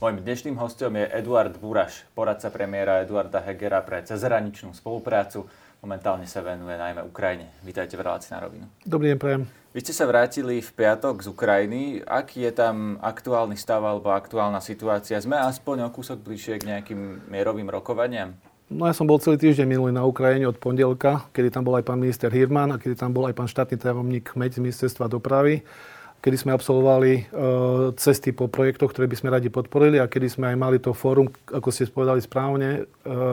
Mojím dnešným hostom je Eduard Buraš, poradca premiéra Eduarda Hegera pre cezhraničnú spoluprácu. Momentálne sa venuje najmä Ukrajine. Vítajte v relácii Na rovinu. Dobrý deň, prajem. Vy ste sa vrátili v piatok z Ukrajiny. Aký je tam aktuálny stav alebo aktuálna situácia? Sme aspoň o kúsok bližšie k nejakým mierovým rokovaniam? No ja som bol celý týždeň minulý na Ukrajine od pondelka, kedy tam bol aj pán minister Hirman a kedy tam bol aj pán štátny tajomník Meď z ministerstva dopravy, kedy sme absolvovali cesty po projektoch, ktoré by sme radi podporili a kedy sme aj mali to fórum, ako ste povedali správne,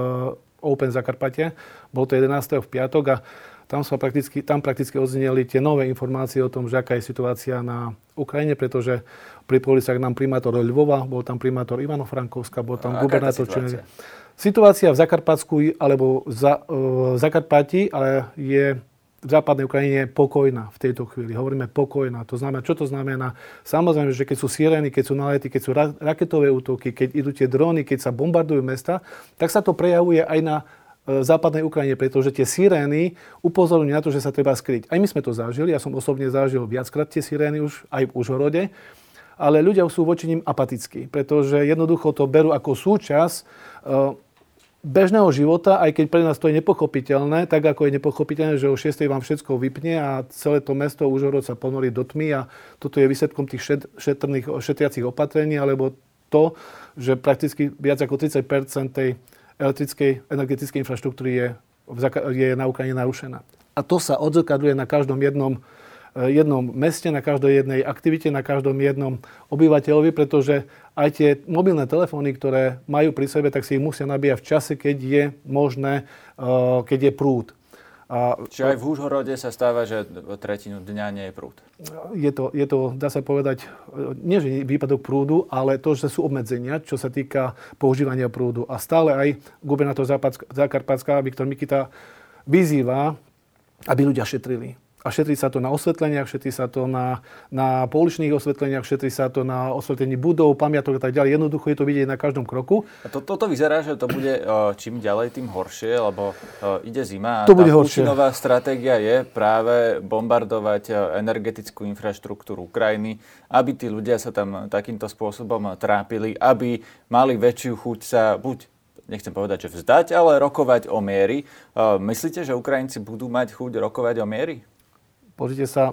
Open Zakarpatie. Bolo to 11. v piatok a tam prakticky odzneli tie nové informácie o tom, že aká je situácia na Ukrajine, pretože pripojili sa k nám primátor Lvova, bol tam primátor Ivano-Frankovska, bol tam gubernátor Černihiv. Situácia v Zakarpatsku alebo Zakarpatí, ale je v západnej Ukrajine pokojná v tejto chvíli. Hovoríme pokojná. To znamená, čo to znamená? Samozrejme, že keď sú sirény, keď sú nalety, keď sú raketové útoky, keď idú tie dróny, keď sa bombardujú mesta, tak sa to prejavuje aj na západnej Ukrajine, pretože tie sirény upozorňujú na to, že sa treba skryť. Aj my sme to zažili, ja som osobne zažil viackrát tie sirény už aj v Užhorode, ale ľudia sú voči nim apatickí, pretože jednoducho to berú ako súčasť bežného života, aj keď pre nás to je nepochopiteľné, tak ako je nepochopiteľné, že o 6. vám všetko vypne a celé to mesto Užhorod sa ponorí do tmy a toto je výsledkom tých šetriacich opatrení, alebo to, že prakticky viac ako 30% tej energetickej infraštruktúry je na Ukrajine narušená. A to sa odzrkadľuje na každom jednom meste, na každej jednej aktivite, na každom jednom obyvateľovi, pretože aj tie mobilné telefóny, ktoré majú pri sebe, tak si ich musia nabíjať v čase, keď je možné, keď je prúd. Čiže aj v Užhorode sa stáva, že tretinu dňa nie je prúd? Je to, dá sa povedať, nie že výpadok prúdu, ale to, že sú obmedzenia, čo sa týka používania prúdu. A stále aj gubernátor Zakarpatska Viktor Mikita vyzýva, aby ľudia šetrili. A šetrí sa to na osvetleniach, šetrí sa to na pouličných osvetleniach, šetrí sa to na osvetlení budov, pamiatok a tak ďalej. Jednoducho je to vidieť na každom kroku. A toto vyzerá, že to bude čím ďalej, tým horšie, lebo ide zima a tá Putinová stratégia je práve bombardovať energetickú infraštruktúru Ukrajiny, aby tí ľudia sa tam takýmto spôsobom trápili, aby mali väčšiu chuť sa nechcem povedať, že vzdať, ale rokovať o miery. Myslíte, že Ukrajinci budú mať chuť rokovať o miery? Pozrite sa,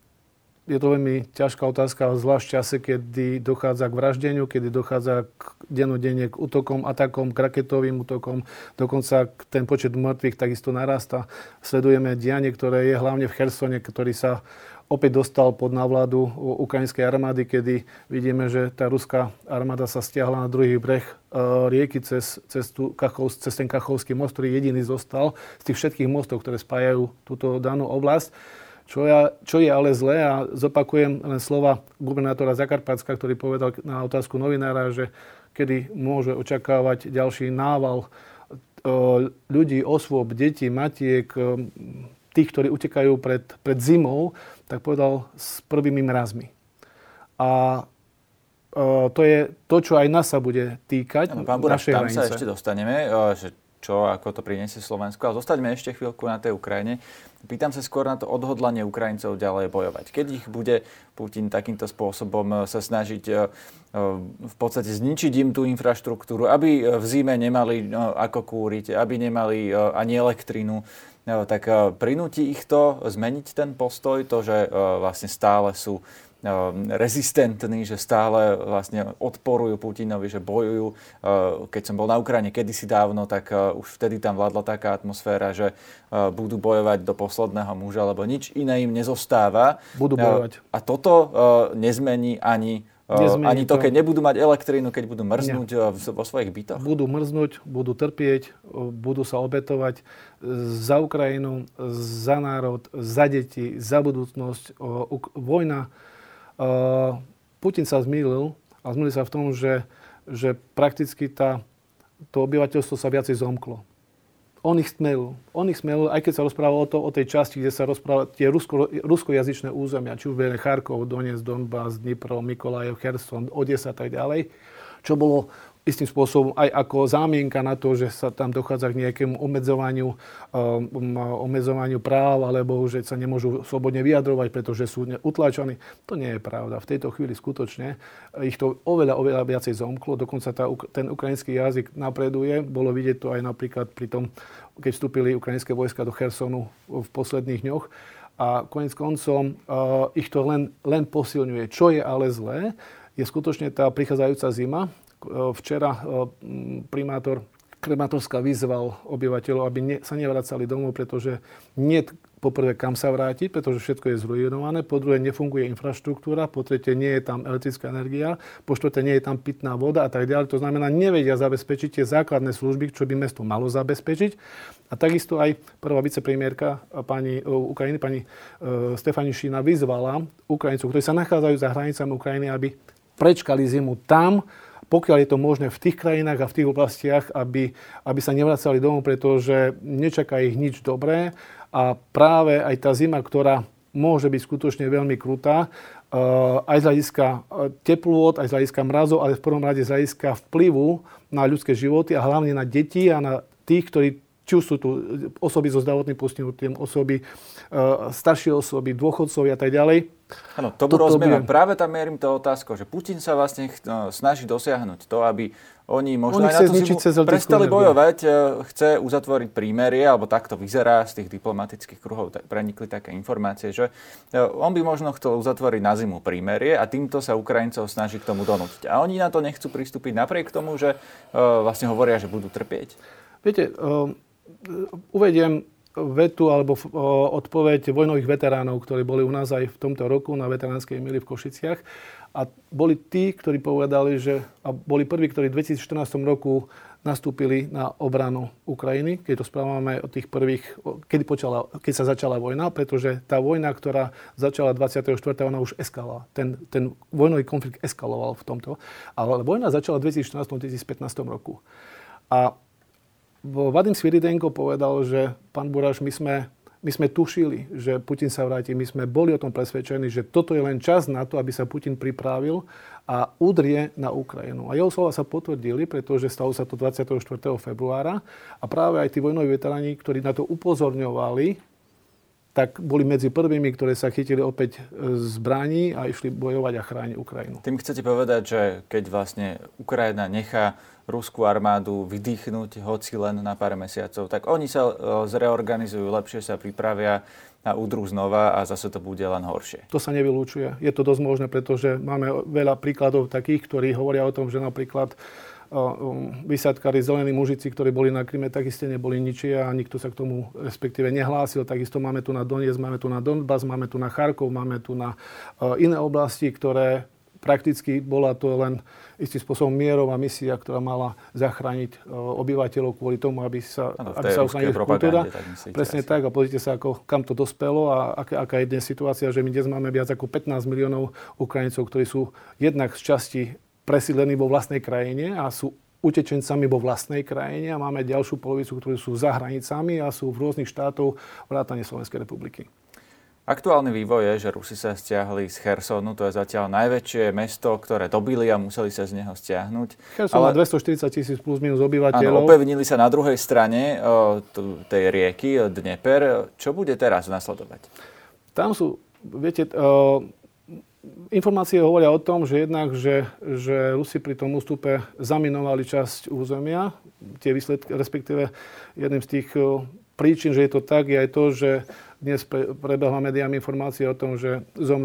je to veľmi ťažká otázka, zvlášť v čase, kedy dochádza k vraždeniu, kedy dochádza dennodenne k útokom, atakom, k raketovým útokom. Dokonca ten počet mŕtvych takisto narastá. Sledujeme dianie, ktoré je hlavne v Chersone, ktorý sa opäť dostal pod návladu ukrajinskej armády, kedy vidíme, že tá ruská armáda sa stiahla na druhý breh rieky cez ten Kachovský most, ktorý jediný zostal z tých všetkých mostov, ktoré spájajú túto danú oblasť. Čo je ale zlé, a zopakujem len slova gubernátora Zakarpatska, ktorý povedal na otázku novinára, že kedy môže očakávať ďalší nával ľudí, osôb, detí, matiek, tých, ktorí utekajú pred zimou, tak povedal s prvými mrazmi. A to je to, čo aj nás sa bude týkať. Pán Buraš, tam sa ešte dostaneme, že čo, ako to priniesie Slovensko. Ale zostaňme ešte chvíľku na tej Ukrajine. Pýtam sa skôr na to odhodlanie Ukrajincov ďalej bojovať. Keď ich bude Putin takýmto spôsobom sa snažiť v podstate zničiť im tú infraštruktúru, aby v zime nemali ako kúriť, aby nemali ani elektrinu, tak prinúti ich to zmeniť ten postoj, to, že vlastne stále sú rezistentní, že stále vlastne odporujú Putinovi, že bojujú. Keď som bol na Ukrajine kedysi dávno, tak už vtedy tam vládla taká atmosféra, že budú bojovať do posledného muža, lebo nič iné im nezostáva. Budú bojovať. A toto nezmení ani to, keď nebudú mať elektrínu, keď budú mrznúť vo svojich bytoch. Budú mrznúť, budú trpieť, budú sa obetovať za Ukrajinu, za národ, za deti, za budúcnosť. Vojna. Putin sa zmýlil a zmýlil sa v tom, že prakticky to obyvateľstvo sa viacej zomklo. On ich smelil, aj keď sa rozprával o tej časti, kde sa rozprával tie ruskojazyčné územia, či už boli Charkov, Donetsk, Donbas, Dnipro, Mikolajev, Cherson, Odesa a tak ďalej, čo bolo istým spôsobom aj ako zámienka na to, že sa tam dochádza k nejakému obmedzovaniu práv, alebo že sa nemôžu slobodne vyjadrovať, pretože sú utláčaní. To nie je pravda. V tejto chvíli skutočne ich to oveľa viacej zomklo. Dokonca ten ukrajinský jazyk napreduje. Bolo vidieť to aj napríklad pri tom, keď vstúpili ukrajinské vojska do Chersonu v posledných dňoch. A koniec koncom ich to len posilňuje. Čo je ale zlé, je skutočne tá prichádzajúca zima. Včera primátor Krematorska vyzval obyvateľov, aby sa nevracali domov, pretože nie poprvé kam sa vrátiť, pretože všetko je zruinované, po druhé nefunguje infraštruktúra, po tretie nie je tam elektrická energia, po štvrté nie je tam pitná voda a tak ďalej. To znamená, nevedia zabezpečiť tie základné služby, čo by mesto malo zabezpečiť. A takisto aj prvá vicepremiérka Ukrajiny, pani Stefanišina, vyzvala Ukrajincov, ktorí sa nachádzajú za hranicami Ukrajiny, aby prečkali zimu tam, pokiaľ je to možné v tých krajinách a v tých oblastiach, aby sa nevracali domov, pretože nečaká ich nič dobré. A práve aj tá zima, ktorá môže byť skutočne veľmi krutá, aj z hľadiska teplôt, aj z hľadiska mrazov, ale v prvom rade z hľadiska vplyvu na ľudské životy a hlavne na deti a na tých, ktorí či už sú tu osoby so zdravotným postihnutím, osoby, staršie osoby, dôchodcovia a tak ďalej. Áno, tomu rozumiem. Práve tam mierim to otázkou, že Putin sa vlastne snaží dosiahnuť to, aby oni možno aj na tú zimu prestali bojovať, chce uzatvoriť prímerie, alebo takto vyzerá z tých diplomatických kruhov, prenikli také informácie, že on by možno chcel uzatvoriť na zimu prímerie a týmto sa Ukrajincov snaží k tomu donútiť. A oni na to nechcú pristúpiť napriek tomu, že vlastne hovoria, že budú trpieť. Viete, uvediem vetu alebo odpoveď vojnových veteránov, ktorí boli u nás aj v tomto roku na veteránskej mili v Košiciach. A boli tí, ktorí povedali, a boli prví, ktorí v 2014 roku nastúpili na obranu Ukrajiny, keď rozprávame o tých prvých, keď sa začala vojna, pretože tá vojna, ktorá začala 24. ona už eskalovala. Ten vojnový konflikt eskaloval v tomto. Ale vojna začala v 2014-2015 roku. A Vadim Sviridenko povedal, že pán Buraš, my sme tušili, že Putin sa vráti. My sme boli o tom presvedčení, že toto je len čas na to, aby sa Putin pripravil a udrie na Ukrajinu. A jeho slova sa potvrdili, pretože stalo sa to 24. februára a práve aj tí vojnoví veteráni, ktorí na to upozorňovali, tak boli medzi prvými, ktoré sa chytili opäť zbraní a išli bojovať a chrániť Ukrajinu. Tým chcete povedať, že keď vlastne Ukrajina nechá ruskú armádu vydýchnuť hoci len na pár mesiacov, tak oni sa zreorganizujú, lepšie sa pripravia na údru znova a zase to bude len horšie. To sa nevylúčuje. Je to dosť možné, pretože máme veľa príkladov takých, ktorí hovoria o tom, že napríklad vysádkari, zelení mužici, ktorí boli na Kryme, takisto neboli ničia a nikto sa k tomu respektíve nehlásil. Takisto máme tu na Donetsk, máme tu na Donbas, máme tu na Charkov, máme tu na iné oblasti, ktoré prakticky bola to len istým spôsobom mierová misia, ktorá mala zachrániť obyvateľov kvôli tomu, aby sa ochránila kultúra. Presne tak. A pozrite sa, kam to dospelo a aká je dnes situácia, že my dnes máme viac ako 15 miliónov Ukrajincov, ktorí sú jednak z časti presídlení vo vlastnej krajine a sú utečencami vo vlastnej krajine a máme ďalšiu polovicu, ktorí sú za hranicami a sú v rôznych štátoch vrátane Slovenskej republiky. Aktuálny vývoj je, že Rusi sa stiahli z Chersonu, to je zatiaľ najväčšie mesto, ktoré dobili a museli sa z neho stiahnuť. Cherson má 240 000 plus minus obyvateľov. Áno, opevnili sa na druhej strane tej rieky Dnieper. Čo bude teraz nasledovať? Tam sú, viete, informácie hovoria o tom, že jednak, že Rusi pri tom ústupe zaminovali časť územia. Tie výsledky, respektíve jedným z tých príčin, že je to tak, je aj to, že dnes prebehla médiami informácie o tom, že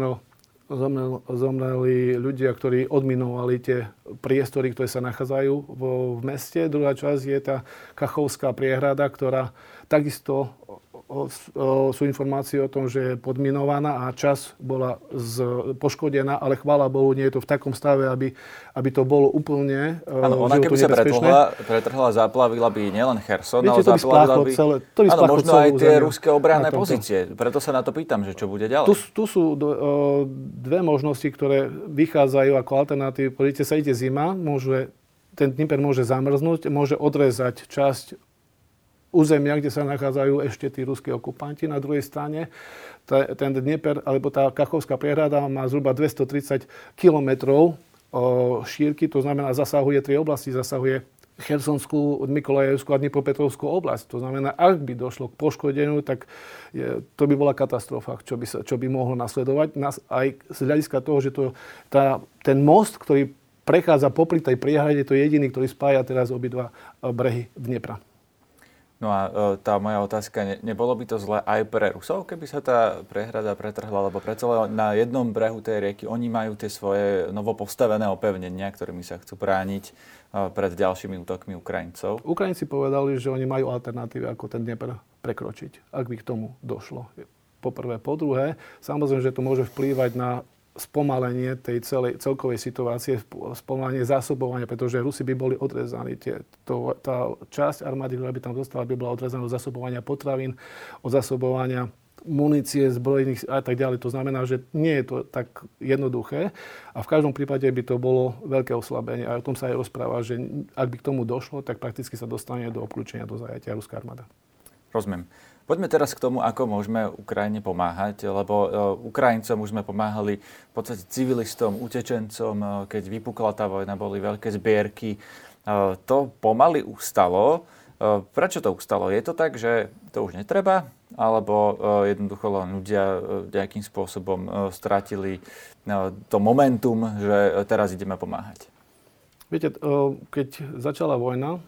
zomreli ľudia, ktorí odminovali tie priestory, ktoré sa nachádzajú v meste. Druhá časť je tá Kachovská priehrada, ktorá takisto sú informácie o tom, že je podminovaná a časť bola poškodená, ale chvála Bohu, nie je to v takom stave, aby to bolo úplne ona keby sa pretrhla, zaplavila by nielen Cherson, ale zaplavila by možno aj tie ruské obranné pozície. Preto sa na to pýtam, že čo bude ďalej. Tu sú dve možnosti, ktoré vychádzajú ako alternatívy. Pozrite sa, ide zima, ten Dnieper môže zamrznúť, môže odrezať časť územia, kde sa nachádzajú ešte tí ruskí okupanti. Na druhej strane ten Dnieper, alebo tá Kachovská priehrada má zhruba 230 kilometrov šírky, to znamená zasahuje 3 oblasti, zasahuje Chersonskú, Mykolajevskú a Dnipropetrovskú oblasť. To znamená, ak by došlo k poškodeniu, tak to by bola katastrofa, čo by mohlo nasledovať. Aj z hľadiska toho, že ten most, ktorý prechádza popri tej priehrade, to je jediný, ktorý spája teraz obidva brehy Dnepra. No a tá moja otázka, nebolo by to zle aj pre Rusov, keby sa tá prehrada pretrhla, lebo predsa na jednom brehu tej rieky oni majú tie svoje novopostavené opevnenia, ktorými sa chcú brániť pred ďalšími útokmi Ukrajincov. Ukrajinci povedali, že oni majú alternatívy, ako ten Dnepr prekročiť, ak by k tomu došlo. Po prvé. Po druhé, samozrejme, že to môže vplývať na spomalenie tej celkovej situácie, spomalenie zásobovania, pretože Rusi by boli odrezaní. Tá časť armády, ktorá by tam zostala, by bola odrezaná od zásobovania potravín, od zásobovania munície, zbrojných a tak ďalej. To znamená, že nie je to tak jednoduché a v každom prípade by to bolo veľké oslabenie. A o tom sa aj rozpráva, že ak by k tomu došlo, tak prakticky sa dostane do obklúčenia, do zajatia ruská armáda. Rozumiem. Poďme teraz k tomu, ako môžeme Ukrajine pomáhať, lebo Ukrajincom už sme pomáhali v podstate civilistom, utečencom, keď vypukla tá vojna, boli veľké zbierky. To pomaly ustalo. Prečo to ustalo? Je to tak, že to už netreba? Alebo jednoducho len ľudia nejakým spôsobom stratili to momentum, že teraz ideme pomáhať? Viete, keď začala vojna,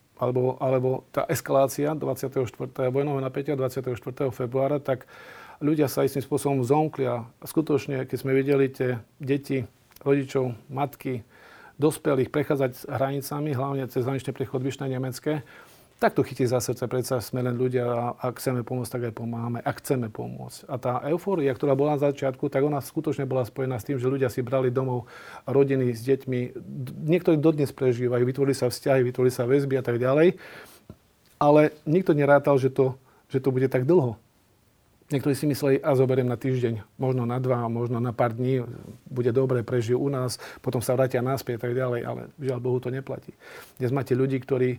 alebo tá eskalácia 24. vojnového napätia 24. februára, tak ľudia sa istým spôsobom zomkli a skutočne, keď sme videli tie deti, rodičov, matky, dospelých prechádzať s hranicami, hlavne cez hraničný priechod Vyšné-Nemecké, tak to chytí za srdce. Predsa sme len ľudia a ak chceme pomôcť, tak aj pomáhame. Ak chceme pomôcť. A tá eufória, ktorá bola na začiatku, tak ona skutočne bola spojená s tým, že ľudia si brali domov rodiny s deťmi. Niektorí dodnes prežívajú, vytvorili sa vzťahy, vytvorili sa väzby a tak ďalej. Ale nikto nerátal, že to bude tak dlho. Niektorí si mysleli, a zoberiem na týždeň, možno na 2, možno na pár dní, bude dobre, prežijú u nás, potom sa vrátia naspäť a tak ďalej, ale žiaľ Bohu to neplatí. Dnes máte ľudí,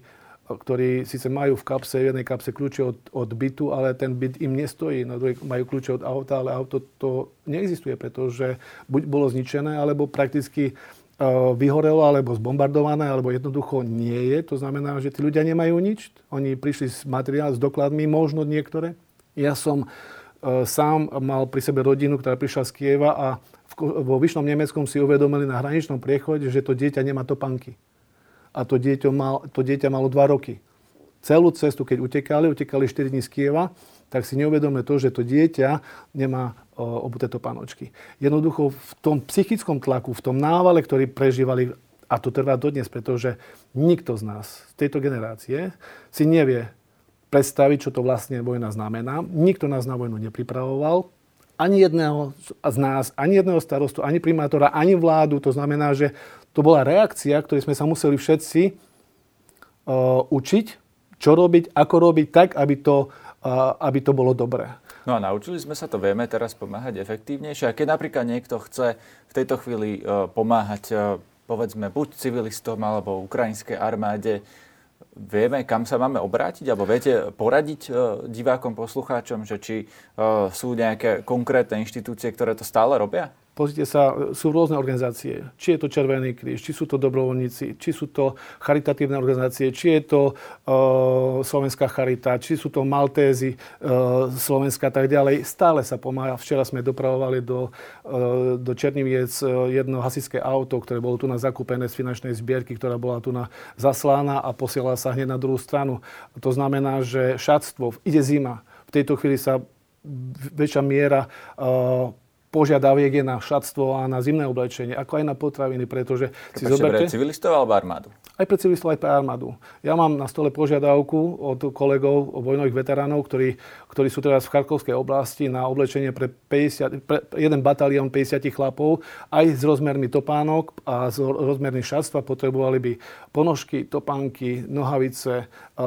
ktorí síce majú v jednej kapse kľúče od bytu, ale ten byt im nestojí. Na druhej majú kľúče od auta, ale auto to neexistuje, pretože buď bolo zničené, alebo prakticky vyhorelo, alebo zbombardované, alebo jednoducho nie je. To znamená, že tí ľudia nemajú nič. Oni prišli s materiálom, s dokladmi, možno niektoré. Ja som sám mal pri sebe rodinu, ktorá prišla z Kieva a vo Vyšnom Nemeckom si uvedomili na hraničnom priechode, že to dieťa nemá topánky. A to dieťa malo 2 roky. Celú cestu, keď utekali 4 dní z Kieva, tak si neuvedomili to, že to dieťa nemá obuté topánočky. Jednoducho v tom psychickom tlaku, v tom návale, ktorý prežívali, a to trvá dodnes, pretože nikto z nás, z tejto generácie, si nevie predstaviť, čo to vlastne vojna znamená. Nikto nás na vojnu nepripravoval. Ani jedného z nás, ani jedného starostu, ani primátora, ani vládu. To znamená, že to bola reakcia, ktorej sme sa museli všetci učiť, čo robiť, ako robiť tak, aby to bolo dobré. No a naučili sme sa to, vieme teraz pomáhať efektívnejšie. A keď napríklad niekto chce v tejto chvíli pomáhať, povedzme, buď civilistom alebo ukrajinskej armáde, vieme, kam sa máme obrátiť? Alebo viete poradiť divákom, poslucháčom, že či sú nejaké konkrétne inštitúcie, ktoré to stále robia? Pozrite sa, sú rôzne organizácie. Či je to Červený kríž, či sú to dobrovoľníci, či sú to charitatívne organizácie, či je to Slovenská charita, či sú to Maltézy Slovenska a tak ďalej. Stále sa pomáha. Včera sme dopravovali do Černiviec jedno hasičské auto, ktoré bolo tu na zakúpené z finančnej zbierky, ktorá bola tu na zaslána a posielala sa hneď na druhú stranu. To znamená, že šatstvo, ide zima. V tejto chvíli sa väčšia miera požiadaviek je na šatstvo a na zimné oblečenie, ako aj na potraviny, pretože si zoberte... Pre civilistov alebo armádu? Aj pre civilistov, aj pre armádu. Ja mám na stole požiadavku od kolegov, vojnových veteránov, ktorí sú teraz v Charkovskej oblasti na oblečenie pre jeden batalión 50 chlapov, aj s rozmermi topánok a s rozmermi šatstva. Potrebovali by ponožky, topánky, nohavice,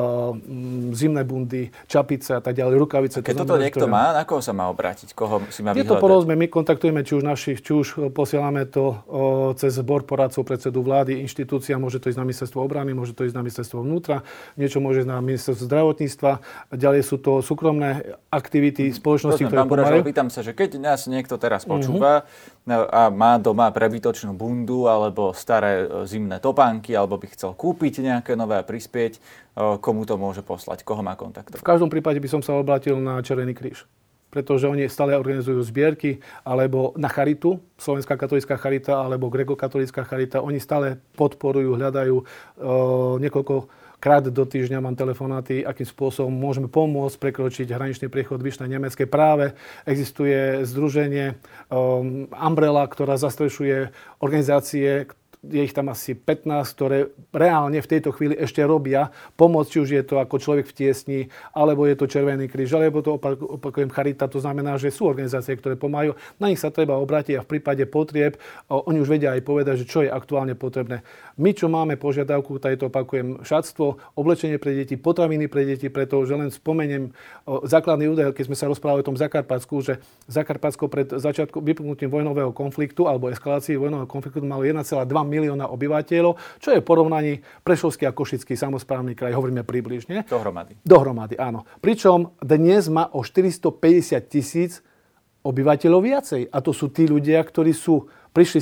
zimné bundy, čapice a tak ďalej, rukavice. Keď toto niekto má, na koho sa má obrátiť? Koho si má vyhľadať? Je to po rozmere. My kontaktujeme, či už posielame to cez zbor poradcov predsedu vlády, inštitúcia, môže to ísť na ministerstvo obrany, môže to ísť na ministerstvo vnútra, niečo môže ísť na ministerstvo zdravotníctva, ďalej sú to súkromné aktivity spoločnosti, ktoré pomáhajú. Pýtam sa, že keď nás niekto teraz počúva a má doma prebytočnú bundu alebo staré zimné topánky, alebo by chcel kúpiť nejaké nové a prispieť, komu to môže poslať, koho má kontaktovať? V každom prípade by som sa obrátil na Červený kríž, pretože oni stále organizujú zbierky, alebo na charitu, Slovenská katolícka charita, alebo grécko-katolícka charita. Oni stále podporujú, hľadajú niekoľkokrát do týždňa mám telefonáty, akým spôsobom môžeme pomôcť prekročiť hraničný priechod Vyšné Nemecké. Práve existuje združenie Umbrella, ktorá zastrešuje organizácie, je ich tam asi 15, ktoré reálne v tejto chvíli ešte robia pomoc, či už je to ako Človek v tiesni, alebo je to Červený kríž, alebo to opakujem Charita, to znamená, že sú organizácie, ktoré pomáhajú. Na nich sa treba obrátiť a v prípade potrieb oni už vedia aj povedať, že čo je aktuálne potrebné. My, čo máme požiadavku, tady to opakujem, šatstvo, oblečenie pre deti, potraviny pre deti, pretože len spomeniem základný údaj, keď sme sa rozprávali o tom Zakarpatsku, že Zakarpatsko pred začiatkom vypuknutím vojnového konfliktu alebo eskalácii vojnového konfliktu malo 1,2 milióna obyvateľov, čo je v porovnaní Prešovský a Košický samosprávny kraj, hovoríme približne. Dohromady, áno. Pričom dnes má o 450 000 obyvateľov viacej. A to sú tí ľudia, ktorí prišli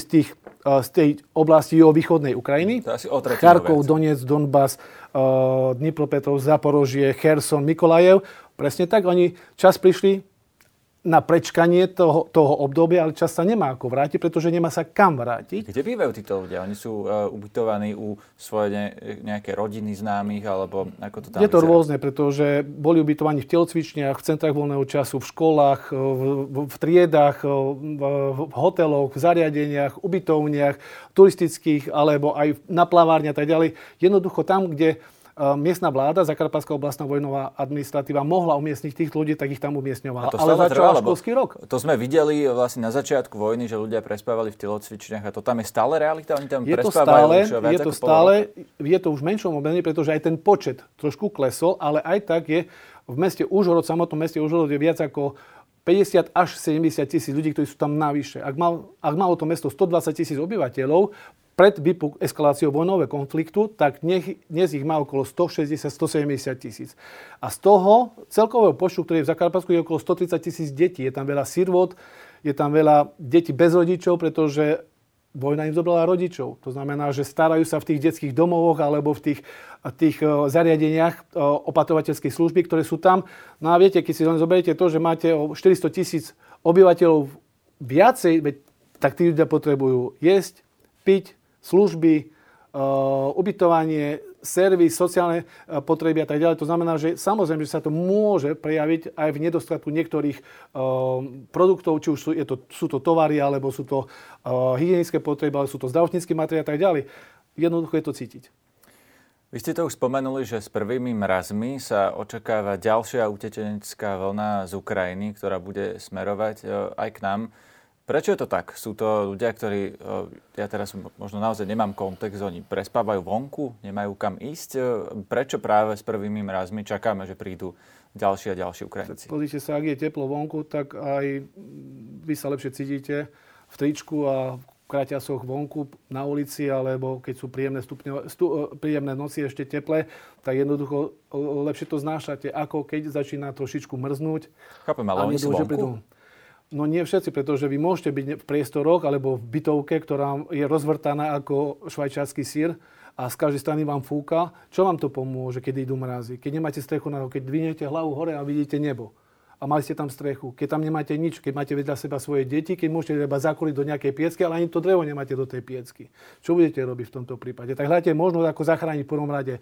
z tej oblasti juhovýchodnej Ukrajiny. Charkov, Donec, Donbas, Dnipropetrovsk, Zaporožie, Cherson, Mikolajev. Presne tak, oni čas prišli na prečkanie toho obdobia, ale čas sa nemá ako vrátiť, pretože nemá sa kam vrátiť. Kde bývajú títo ľudia? Oni sú ubytovaní u svoje nejaké rodiny známych, alebo ako to tam je to rôzne, pretože boli ubytovaní v telocvičniach, v centrách voľného času, v školách, v triedách, v hoteloch, v zariadeniach, ubytovniach, turistických, alebo aj na plavárni a tak ďalej. Jednoducho tam, kde miestna vláda, Zakarpatská oblastná vojnová administratíva mohla umiestniť tých ľudí, tak ich tam umiestňovala. Ale začal školský rok. To sme videli vlastne na začiatku vojny, že ľudia prespávali v telocvičniach a to tam je stále realita? Oni tam prespávajú už viac ako pol roka? Je to už v menšom objeme, pretože aj ten počet trošku klesol, ale aj tak je v meste Užhorod, v samotnom meste Užhorod je viac ako 50 až 70 000 ľudí, ktorí sú tam navyše. Ak malo to mesto 120 000 obyvateľov, pred eskaláciou vojnového konfliktu, tak dnes ich má okolo 160-170 000. A z toho celkového počtu, ktorý je v Zakarpatsku, je okolo 130 000 detí. Je tam veľa sirvot, je tam veľa detí bez rodičov, pretože vojna im zobrala rodičov. To znamená, že starajú sa v tých detských domovoch alebo v tých zariadeniach opatrovateľskej služby, ktoré sú tam. No a viete, keď si len zoberiete to, že máte o 400 000 obyvateľov viacej, tak tí ľudia potrebujú jesť, piť, služby, ubytovanie, servis, sociálne potreby a tak ďalej. To znamená, že samozrejme, že sa to môže prejaviť aj v nedostatku niektorých produktov, či už sú to tovary, alebo sú to hygienické potreby, alebo sú to zdravotnícke materiály a tak ďalej. Jednoducho je to cítiť. Vy ste to už spomenuli, že s prvými mrazmi sa očakáva ďalšia utečenecká vlna z Ukrajiny, ktorá bude smerovať aj k nám. Prečo je to tak? Sú to ľudia, ktorí, ja teraz možno naozaj nemám kontext, oni prespávajú vonku, nemajú kam ísť. Prečo práve s prvými mrazmi čakáme, že prídu ďalší a ďalší Ukrajinci? Pozrite sa, ak je teplo vonku, tak aj vy sa lepšie cítite v tričku a v kraťasoch vonku na ulici, alebo keď sú príjemné noci ešte teplé, tak jednoducho lepšie to znášate, ako keď začína trošičku mrznúť. Chápem, ale oni sú vonku? No nie všetci, pretože vy môžete byť v priestoroch alebo v bytovke, ktorá je rozvrtaná ako švajčiarsky syr a z každej strany vám fúka. Čo vám to pomôže, keď idú mrazy? Keď nemáte strechu na keď dvihnete hlavu hore a vidíte nebo. A mali ste tam strechu. Keď tam nemáte nič, keď máte vedľa seba svoje deti, keď môžete iba zakoliť do nejakej piecky, ale ani to drevo nemáte do tej piecky. Čo budete robiť v tomto prípade? Tak hľadajte možnosť, ako zachrániť v prvom rade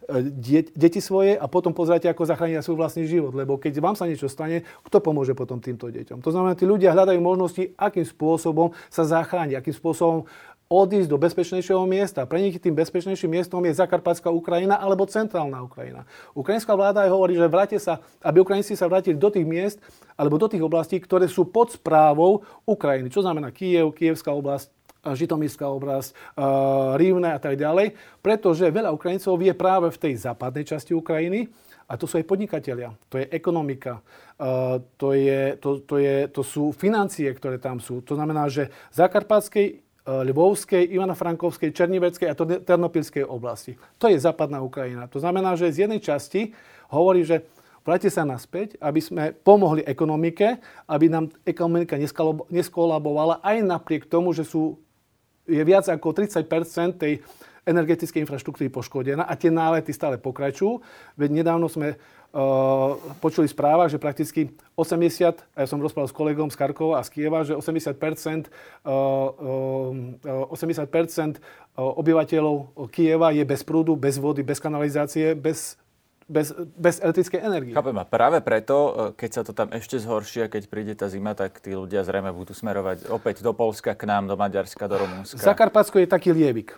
deti svoje a potom pozrite, ako zachrániť svoj vlastný život. Lebo keď vám sa niečo stane, kto pomôže potom týmto deťom? To znamená, tí ľudia hľadajú možnosti, akým spôsobom sa zachrániť, akým spôsobom odísť do bezpečnejšieho miesta. Pre nich tým bezpečnejším miestom je Zakarpatská Ukrajina alebo centrálna Ukrajina. Ukrajinská vláda aj hovorí, že aby Ukrajinci sa vrátili do tých miest alebo do tých oblastí, ktoré sú pod správou Ukrajiny. Čo znamená Kyjev, Kyjevská oblasť, Žitomírska oblasť, Rivne a tak ďalej, pretože veľa Ukrajincov je práve v tej západnej časti Ukrajiny a to sú aj podnikatelia, to je ekonomika, to sú financie, ktoré tam sú. To znamená, že Zakarpatskej, Lvovskej, Ivano-Frankovskej, Černiveckej a Ternopilskej oblasti. To je západná Ukrajina. To znamená, že z jednej časti hovorí, že vráťte sa naspäť, aby sme pomohli ekonomike, aby nám ekonomika neskolabovala aj napriek tomu, že je viac ako 30% tej energetickej infraštruktúry poškodená a tie nálety stále pokračujú. Veď nedávno sme počuli v správach, že prakticky 80, a ja som rozprával s kolegom z Charkova a z Kieva, že 80% obyvateľov Kieva je bez prúdu, bez vody, bez kanalizácie, bez elektrickej energie. Chápem, a práve preto, keď sa to tam ešte zhorší a keď príde tá zima, tak tí ľudia zrejme budú smerovať opäť do Poľska, k nám, do Maďarska, do Rumunska. Zakarpatsko je taký lievik.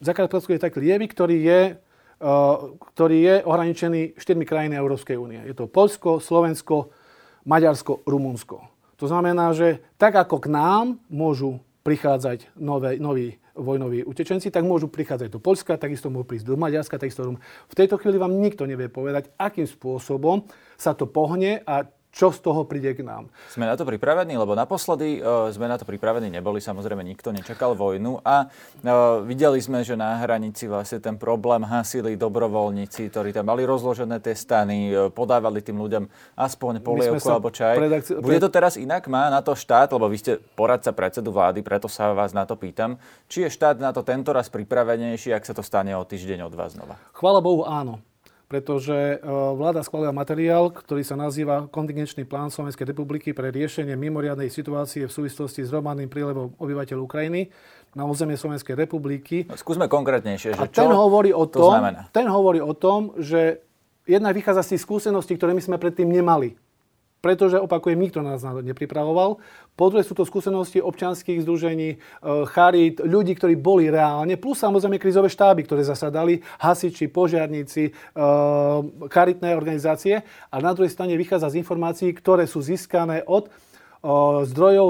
Ktorý je ohraničený 4 krajiny Európskej únie. Je to Poľsko, Slovensko, Maďarsko, Rumunsko. To znamená, že tak ako k nám môžu prichádzať noví vojnoví utečenci, tak môžu prichádzať do Poľska, takisto môžu prísť do Maďarska, takisto v tejto chvíli vám nikto nevie povedať, akým spôsobom sa to pohne a čo z toho príde k nám. Sme na to pripravení, lebo naposledy sme na to pripravení neboli, samozrejme nikto nečakal vojnu a videli sme, že na hranici vlastne ten problém hasili dobrovoľníci, ktorí tam mali rozložené tie stany, podávali tým ľuďom aspoň polievku alebo čaj. Bude to teraz inak? Má na to štát, lebo vy ste poradca predsedu vlády, preto sa vás na to pýtam, či je štát na to tentoraz pripravenejší, ak sa to stane o týždeň od vás znova? Chvála Bohu, áno. Pretože vláda schválila materiál, ktorý sa nazýva Kontingenčný plán Slovenskej republiky pre riešenie mimoriadnej situácie v súvislosti s hromadným prílevom obyvateľov Ukrajiny na územie Slovenskej republiky. Skúsme konkrétnejšie, že čo to znamená? Ten hovorí o tom, že jednak vychádza z tých skúseností, ktoré my sme predtým nemali. Pretože, opakujem, nikto nás nepripravoval. Po druhé sú to skúsenosti občianskych združení, charít, ľudí, ktorí boli reálne, plus samozrejme krízové štáby, ktoré zasadali, hasiči, požiarníci, charitné organizácie. A na druhej strane vychádza z informácií, ktoré sú získané od zdrojov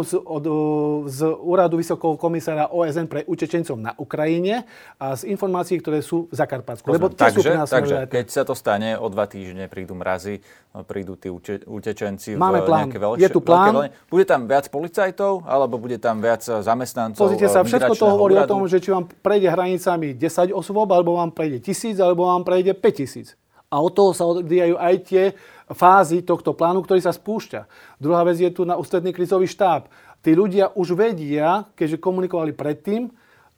z úradu Vysokého komisára OSN pre utečencov na Ukrajine a z informácií, ktoré sú v Zakarpatsku. Takže keď sa to stane, o 2 týždne prídu mrazy, prídu tí utečenci Máme v plán. nejaké veľké... Je tu plán. Bude tam viac policajtov, alebo bude tam viac zamestnancov? Pozrite sa, všetko to hovorí o tom, že či vám prejde hranicami 10 osôb, alebo vám prejde 1000, alebo vám prejde 5000. A od toho sa odvíjajú aj tie fázy tohto plánu, ktorý sa spúšťa. Druhá vec je tu na ústredný krízový štáb. Tí ľudia už vedia, keďže komunikovali predtým,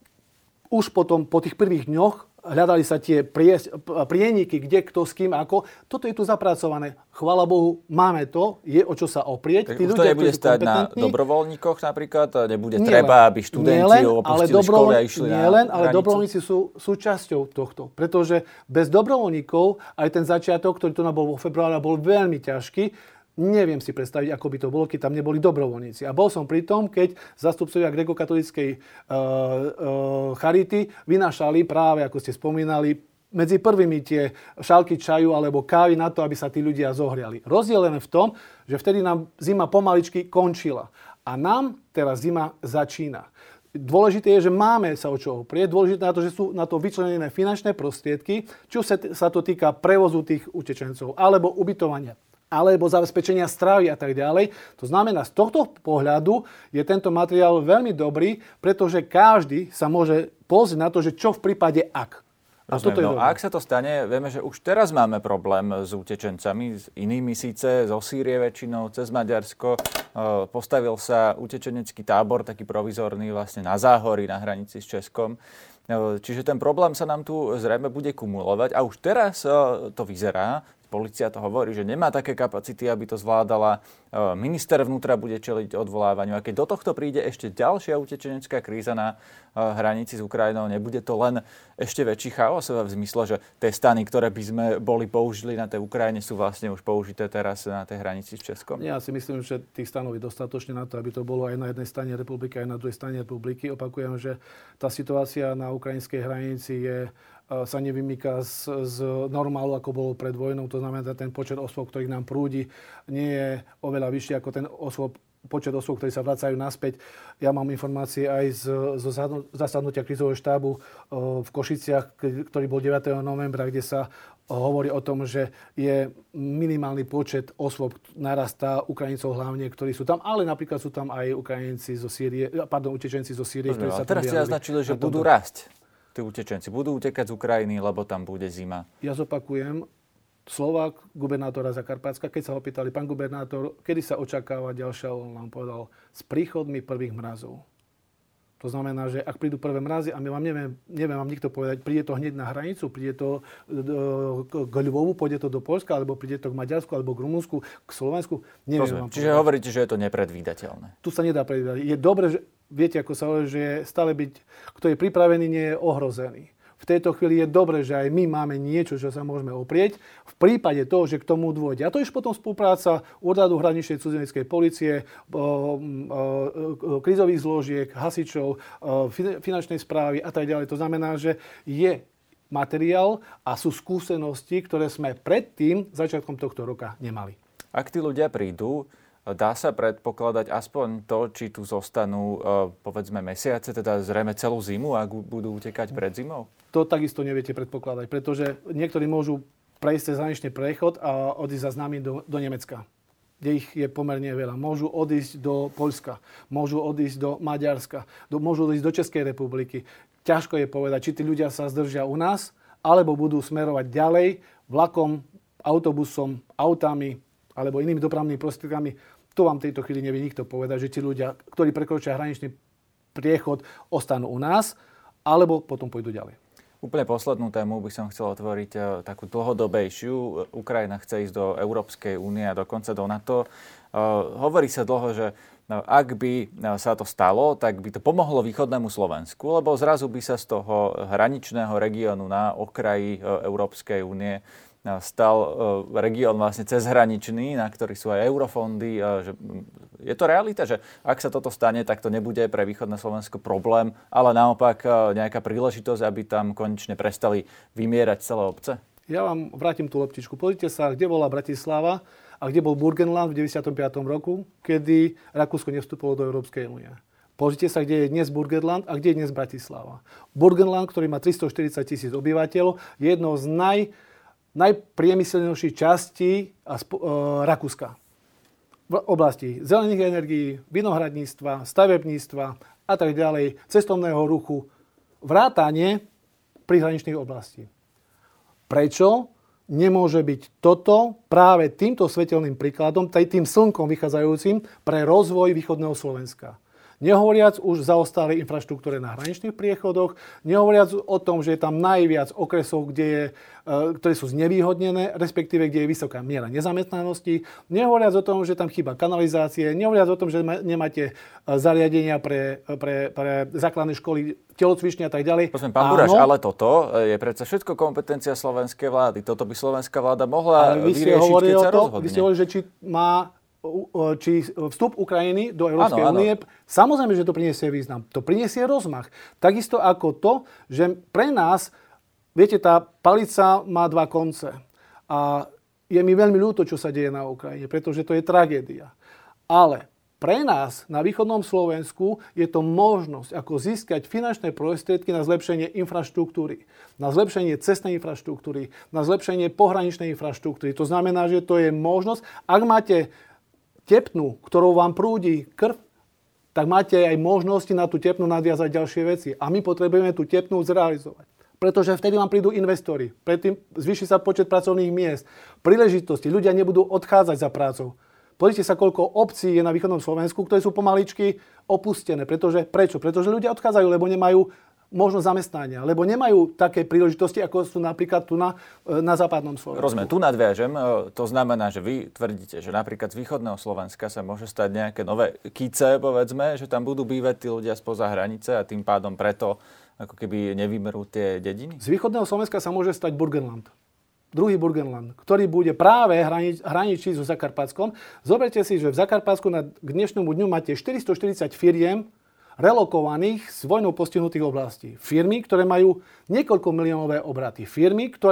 už potom po tých prvých dňoch hľadali sa tie prieniky, kde, kto, s kým, ako. Toto je tu zapracované. Chvála Bohu, máme to, je o čo sa oprieť. Tí ľudia, to nebude stáť na dobrovoľníkoch napríklad? Nebude treba, aby študenti opustili školy a išli na hranicu? Ale dobrovoľníci sú súčasťou tohto. Pretože bez dobrovoľníkov aj ten začiatok, ktorý tu bol vo februári, bol veľmi ťažký. Neviem si predstaviť, ako by to bolo, keď tam neboli dobrovoľníci. A bol som pri tom, keď zástupcovia grécko-katolíckej charity vynášali práve, ako ste spomínali, medzi prvými tie šálky čaju alebo kávy na to, aby sa tí ľudia zohriali. Rozdiel len v tom, že vtedy nám zima pomaličky končila. A nám teraz zima začína. Dôležité je, že máme sa o čo oprieť. Dôležité je to, že sú na to vyčlenené finančné prostriedky, či sa to týka prevozu tých utečencov alebo ubytovania, alebo zabezpečenia stravy a tak ďalej. To znamená, z tohto pohľadu je tento materiál veľmi dobrý, pretože každý sa môže pozrieť na to, že čo v prípade ak. A ak sa to stane, vieme, že už teraz máme problém s utečencami, s inými síce, zo Sýrie väčšinou, cez Maďarsko. Postavil sa utečenecký tábor, taký provizorný vlastne na Záhorí, na hranici s Českom. Čiže ten problém sa nám tu zrejme bude kumulovať a už teraz to vyzerá, polícia to hovorí, že nemá také kapacity, aby to zvládala. Minister vnútra bude čeliť odvolávaniu. A keď do tohto príde ešte ďalšia utečenecká kríza na hranici s Ukrajinou, nebude to len ešte väčší chaos v zmysle, že tie stany, ktoré by sme použili na tej Ukrajine, sú vlastne už použité teraz na tej hranici s Českom? Ja si myslím, že tých stanov je dostatočne na to, aby to bolo aj na jednej strane republiky, aj na druhej strane republiky. Opakujem, že tá situácia na ukrajinskej hranici sa nevymýka z normálu, ako bolo pred vojnou. To znamená, že ten počet osôb, ktorých nám prúdi, nie je oveľa vyšší ako ten osôb počet osôb, ktorí sa vracajú naspäť. Ja mám informácie aj zo zasadnutia krízového štábu v Košiciach, ktorý bol 9. novembra, kde sa hovorí o tom, že je minimálny počet osôb, narastá Ukrajincov hlavne, ktorí sú tam, ale napríklad sú tam aj utečenci zo Sýrie, ktorí sa tam teraz ste naznačili, že budú rásť tí utečenci. Budú utekať z Ukrajiny, lebo tam bude zima. Ja zopakujem, Slovák, gubernátora Zakarpátska, keď sa ho pýtali, pán gubernátor, kedy sa očakáva ďalšia vlna, on povedal, s príchodmi prvých mrazov. To znamená, že ak prídu prvé mrazy, a my vám neviem vám nikto povedať, príde to hneď na hranicu, príde to k Lvovu, pôjde to do Poľska, alebo príde to k Maďarsku, alebo k Rumunsku, k Slovensku, neviem vám povedať. Čiže hovoríte, že je to nepredvídateľné. Tu sa nedá predvídať. Je dobre, že viete, ako sa hovorí, že stále kto je pripravený, nie je ohrozený. V tejto chvíli je dobré, že aj my máme niečo, čo sa môžeme oprieť v prípade toho, že k tomu dôjde. A to je potom spolupráca Úradu hraničnej cudzineckej polície, krízových zložiek, hasičov, finančnej správy a tak ďalej. To znamená, že je materiál a sú skúsenosti, ktoré sme predtým, začiatkom tohto roka, nemali. Ak tí ľudia prídu, dá sa predpokladať aspoň to, či tu zostanú, povedzme, mesiace, teda zrejme celú zimu, ak budú utekať pred zimou? To takisto neviete predpokladať, pretože niektorí môžu prejsť cez hraničný prechod a odísť za nami do Nemecka, kde ich je pomerne veľa. Môžu odísť do Poľska, môžu odísť do Maďarska, môžu odísť do Českej republiky. Ťažko je povedať, či tí ľudia sa zdržia u nás, alebo budú smerovať ďalej vlakom, autobusom, autami alebo inými dopravnými prostriedkami. To vám v tejto chvíli nevie nikto povedať, že tí ľudia, ktorí prekročia hraničný priechod, ostanú u nás, alebo potom pôjdu ďalej. Úplne poslednú tému by som chcel otvoriť takú dlhodobejšiu. Ukrajina chce ísť do Európskej únie a dokonca do NATO. Hovorí sa dlho, že ak by sa to stalo, tak by to pomohlo východnému Slovensku, lebo zrazu by sa z toho hraničného regiónu na okraji Európskej únie stal región vlastne cezhraničný, na ktorý sú aj eurofondy. Je to realita, že ak sa toto stane, tak to nebude pre východné Slovensko problém, ale naopak nejaká príležitosť, aby tam konečne prestali vymierať celé obce? Ja vám vrátim tú leptičku. Pozrite sa, kde bola Bratislava a kde bol Burgenland v 95. roku, kedy Rakúsko nevstúpilo do Európskej únie. Pozrite sa, kde je dnes Burgenland a kde je dnes Bratislava. Burgenland, ktorý má 340 000 obyvateľov, je jednou z najpriemyselnejších častí Rakúska. V oblasti zelených energií, vinohradníctva, stavebníctva a tak ďalej, cestovného ruchu, vrátane prihraničných oblastí. Prečo nemôže byť toto práve týmto svetelným príkladom, tým slnkom vychádzajúcim pre rozvoj východného Slovenska? Nehovoriac už zaostalej infraštruktúre na hraničných priechodoch, nehovoriac o tom, že je tam najviac okresov, ktoré sú znevýhodnené, respektíve kde je vysoká miera nezamestnanosti, nehovoriac o tom, že tam chýba kanalizácie, nehovoriac o tom, že nemáte zariadenia pre základné školy, telocvične a tak ďalej. Prosím, pán Buráš, ale toto je predsa všetko kompetencia slovenskej vlády. Toto by slovenská vláda mohla vyriešiť, keď sa rozhodne. Vy ste hovorili, že či vstup Ukrajiny do Európskej únie, samozrejme, že to priniesie význam. To priniesie rozmach. Takisto ako to, že pre nás, viete, tá palica má dva konce. A je mi veľmi ľúto, čo sa deje na Ukrajine, pretože to je tragédia. Ale pre nás na východnom Slovensku je to možnosť, ako získať finančné prostriedky na zlepšenie infraštruktúry, na zlepšenie cestnej infraštruktúry, na zlepšenie pohraničnej infraštruktúry. To znamená, že to je možnosť, ak máte tepnu, ktorou vám prúdi krv, tak máte aj možnosti na tú tepnu nadviazať ďalšie veci. A my potrebujeme tú tepnu zrealizovať. Pretože vtedy vám prídu investori. Predtým zvýši sa počet pracovných miest, príležitosti. Ľudia nebudú odchádzať za prácou. Pozrite sa, koľko obcí je na východnom Slovensku, ktoré sú pomaličky opustené. Prečo? Pretože ľudia odchádzajú, lebo nemajú možnosť zamestnania, lebo nemajú také príležitosti, ako sú napríklad tu na západnom Slovensku. Rozumiem, tu nadviažem. To znamená, že vy tvrdíte, že napríklad z východného Slovenska sa môže stať nejaké nové kice, povedzme, že tam budú bývať tí ľudia spoza hranice a tým pádom preto ako keby nevymerú tie dediny? Z východného Slovenska sa môže stať Burgenland. Druhý Burgenland, ktorý bude práve hraničiť so Zakarpatskom. Zoberte si, že v Zakarpatsku k dnešnému dňu máte 440 firiem relokovaných z vojnou postihnutých oblastí. Firmy, ktoré majú niekoľko miliónové obraty. Firmy, ktoré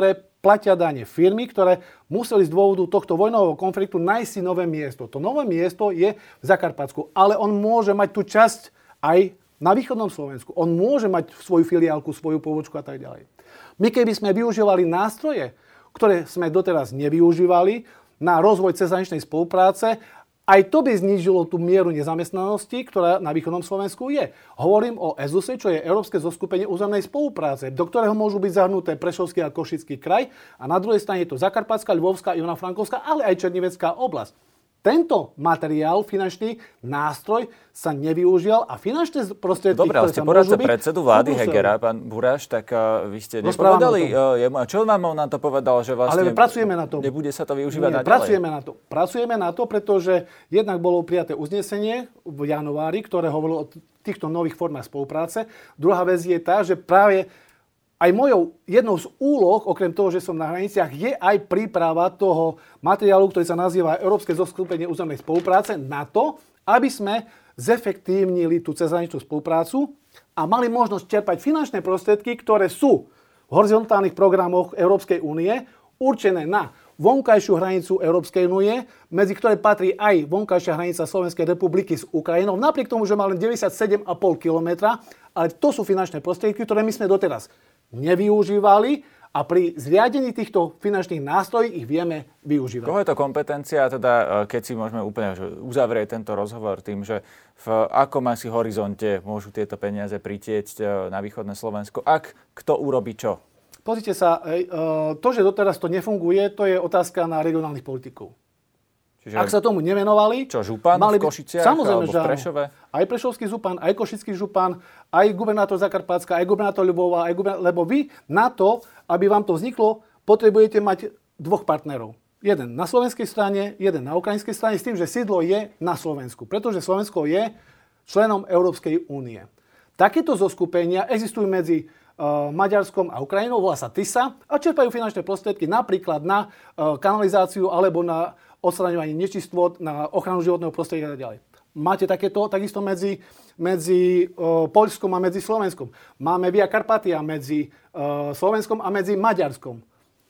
platia dane firmy, ktoré museli z dôvodu tohto vojnového konfliktu nájsť si nové miesto. To nové miesto je v Zakarpatsku, ale on môže mať tú časť aj na východnom Slovensku. On môže mať svoju filiálku, svoju pobočku a tak ďalej. My keby sme využívali nástroje, ktoré sme doteraz nevyužívali na rozvoj cezhraničnej spolupráce, aj to by znížilo tú mieru nezamestnanosti, ktorá na východnom Slovensku je. Hovorím o EZUSE, čo je Európske zoskupenie územnej spolupráce, do ktorého môžu byť zahrnuté Prešovský a Košický kraj a na druhej strane je to Zakarpatská, Ľvovská, Ivano-Frankovská, ale aj Černivecká oblasť. Tento materiál, finančný nástroj sa nevyužil a finančné prostriedky, dobre, ale ste poradca predsedu vlády Hegera, pán Buráš, tak vy ste nepovedali jemu, a čo vám on na to povedal, že vlastne ale pracujeme na tom. Nebude sa to využívať naďalej? Pracujeme na to, pretože jednak bolo prijaté uznesenie v januári, ktoré hovorilo o týchto nových formách spolupráce. Druhá vec je tá, že práve aj jednou z úloh, okrem toho, že som na hraniciach, je aj príprava toho materiálu, ktorý sa nazýva Európske zoskupenie územnej spolupráce na to, aby sme zefektívnili tú cezhraničnú spoluprácu a mali možnosť čerpať finančné prostriedky, ktoré sú v horizontálnych programoch Európskej únie určené na vonkajšiu hranicu Európskej únie, medzi ktoré patrí aj vonkajšia hranica Slovenskej republiky s Ukrajinou, napriek tomu, že má len 97,5 kilometra, ale to sú finančné prostriedky, ktoré my sme doteraz nevyužívali a pri zriadení týchto finančných nástrojov ich vieme využívať. Koho je to kompetencia, teda keď si môžeme úplne uzavrieť tento rozhovor tým, že v akom asi horizonte môžu tieto peniaze pritieť na východné Slovensko, ak kto urobí čo? Pozrite sa, to, že doteraz to nefunguje, to je otázka na regionálnych politikov. Čiže ak sa tomu nevenovali... Čo, župan v Košiciach alebo v Prešove? Aj prešovský župan, aj košický župan, aj gubernátor Zakarpatska, aj gubernátor Ľubova, lebo vy na to, aby vám to vzniklo, potrebujete mať dvoch partnerov. Jeden na slovenskej strane, jeden na ukrajinskej strane, s tým, že sídlo je na Slovensku. Pretože Slovensko je členom Európskej únie. Takéto zoskupenia existujú medzi Maďarskom a Ukrajinou, volá sa TISA a čerpajú finančné prostriedky napríklad na kanalizáciu alebo na odstraňovanie nečistôt, na ochranu životného prostredia a tak ďalej. Máte takéto takisto medzi Poľskom a medzi Slovenskom. Máme Via Carpatia medzi Slovenskom a medzi Maďarskom.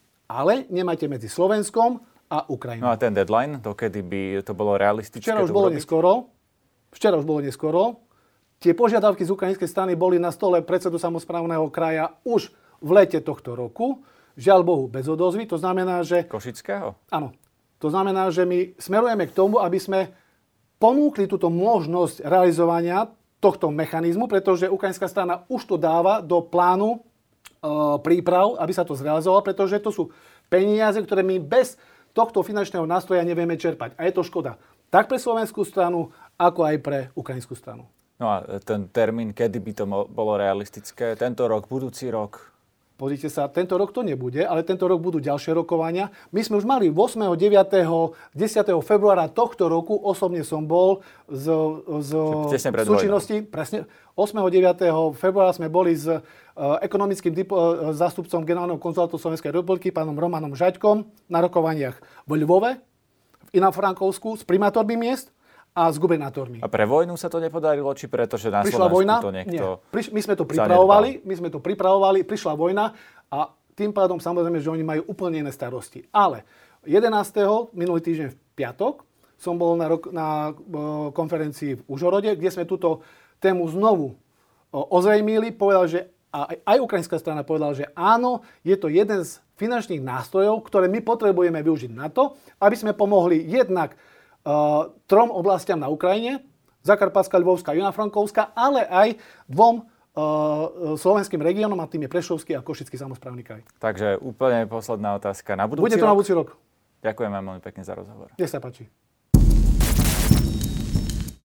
Ale nemáte medzi Slovenskom a Ukrajinou. No a ten deadline, dokedy by to bolo realistické? Včera už bolo neskoro. Tie požiadavky z ukrajinskej strany boli na stole predsedu samosprávneho kraja už v lete tohto roku. Žiaľ Bohu, bez odozvy. To znamená, že... Košického? Áno. To znamená, že my smerujeme k tomu, aby sme ponúkli túto možnosť realizovania tohto mechanizmu, pretože ukrajinská strana už to dáva do plánu príprav, aby sa to zrealizovalo, pretože to sú peniaze, ktoré my bez tohto finančného nástroja nevieme čerpať. A je to škoda. Tak pre slovenskú stranu, ako aj pre ukrajinskú stranu. No a ten termín, kedy by to bolo realistické? Tento rok, budúci rok? Pozrite sa, tento rok to nebude, ale tento rok budú ďalšie rokovania. My sme už mali 8., 9., 10. februára tohto roku, osobne som bol v súčinnosti, presne, 8. 9. februára sme boli s ekonomickým zástupcom generálneho konzulátu Slovenskej republiky, pánom Romanom Žaďkom, na rokovaniach v Ľvove, v Ivano-Frankovsku, s primátormi miest a s gubernátormi. A pre vojnu sa to nepodarilo, či preto, že na prišla Slovensku vojna? To niekto My sme to pripravovali, prišla vojna a tým pádom samozrejme, že oni majú úplne iné starosti. Ale 11. minulý týždeň v piatok som bol na konferencii v Užhorode, kde sme túto tému znovu ozrejmili. Povedal, že aj ukrajinská strana povedala, že áno, je to jeden z finančných nástrojov, ktoré my potrebujeme využiť na to, aby sme pomohli jednak trom oblastiam na Ukrajine, Zakarpatská, Ľvovská, Ivano-Frankovská, ale aj dvom slovenským regiónom, a tým je Prešovský a Košický samosprávny kraj. Takže úplne posledná otázka. Na budúci Bude to rok? na budúci rok. Ďakujem vám veľmi pekne za rozhovor. Nech sa páči.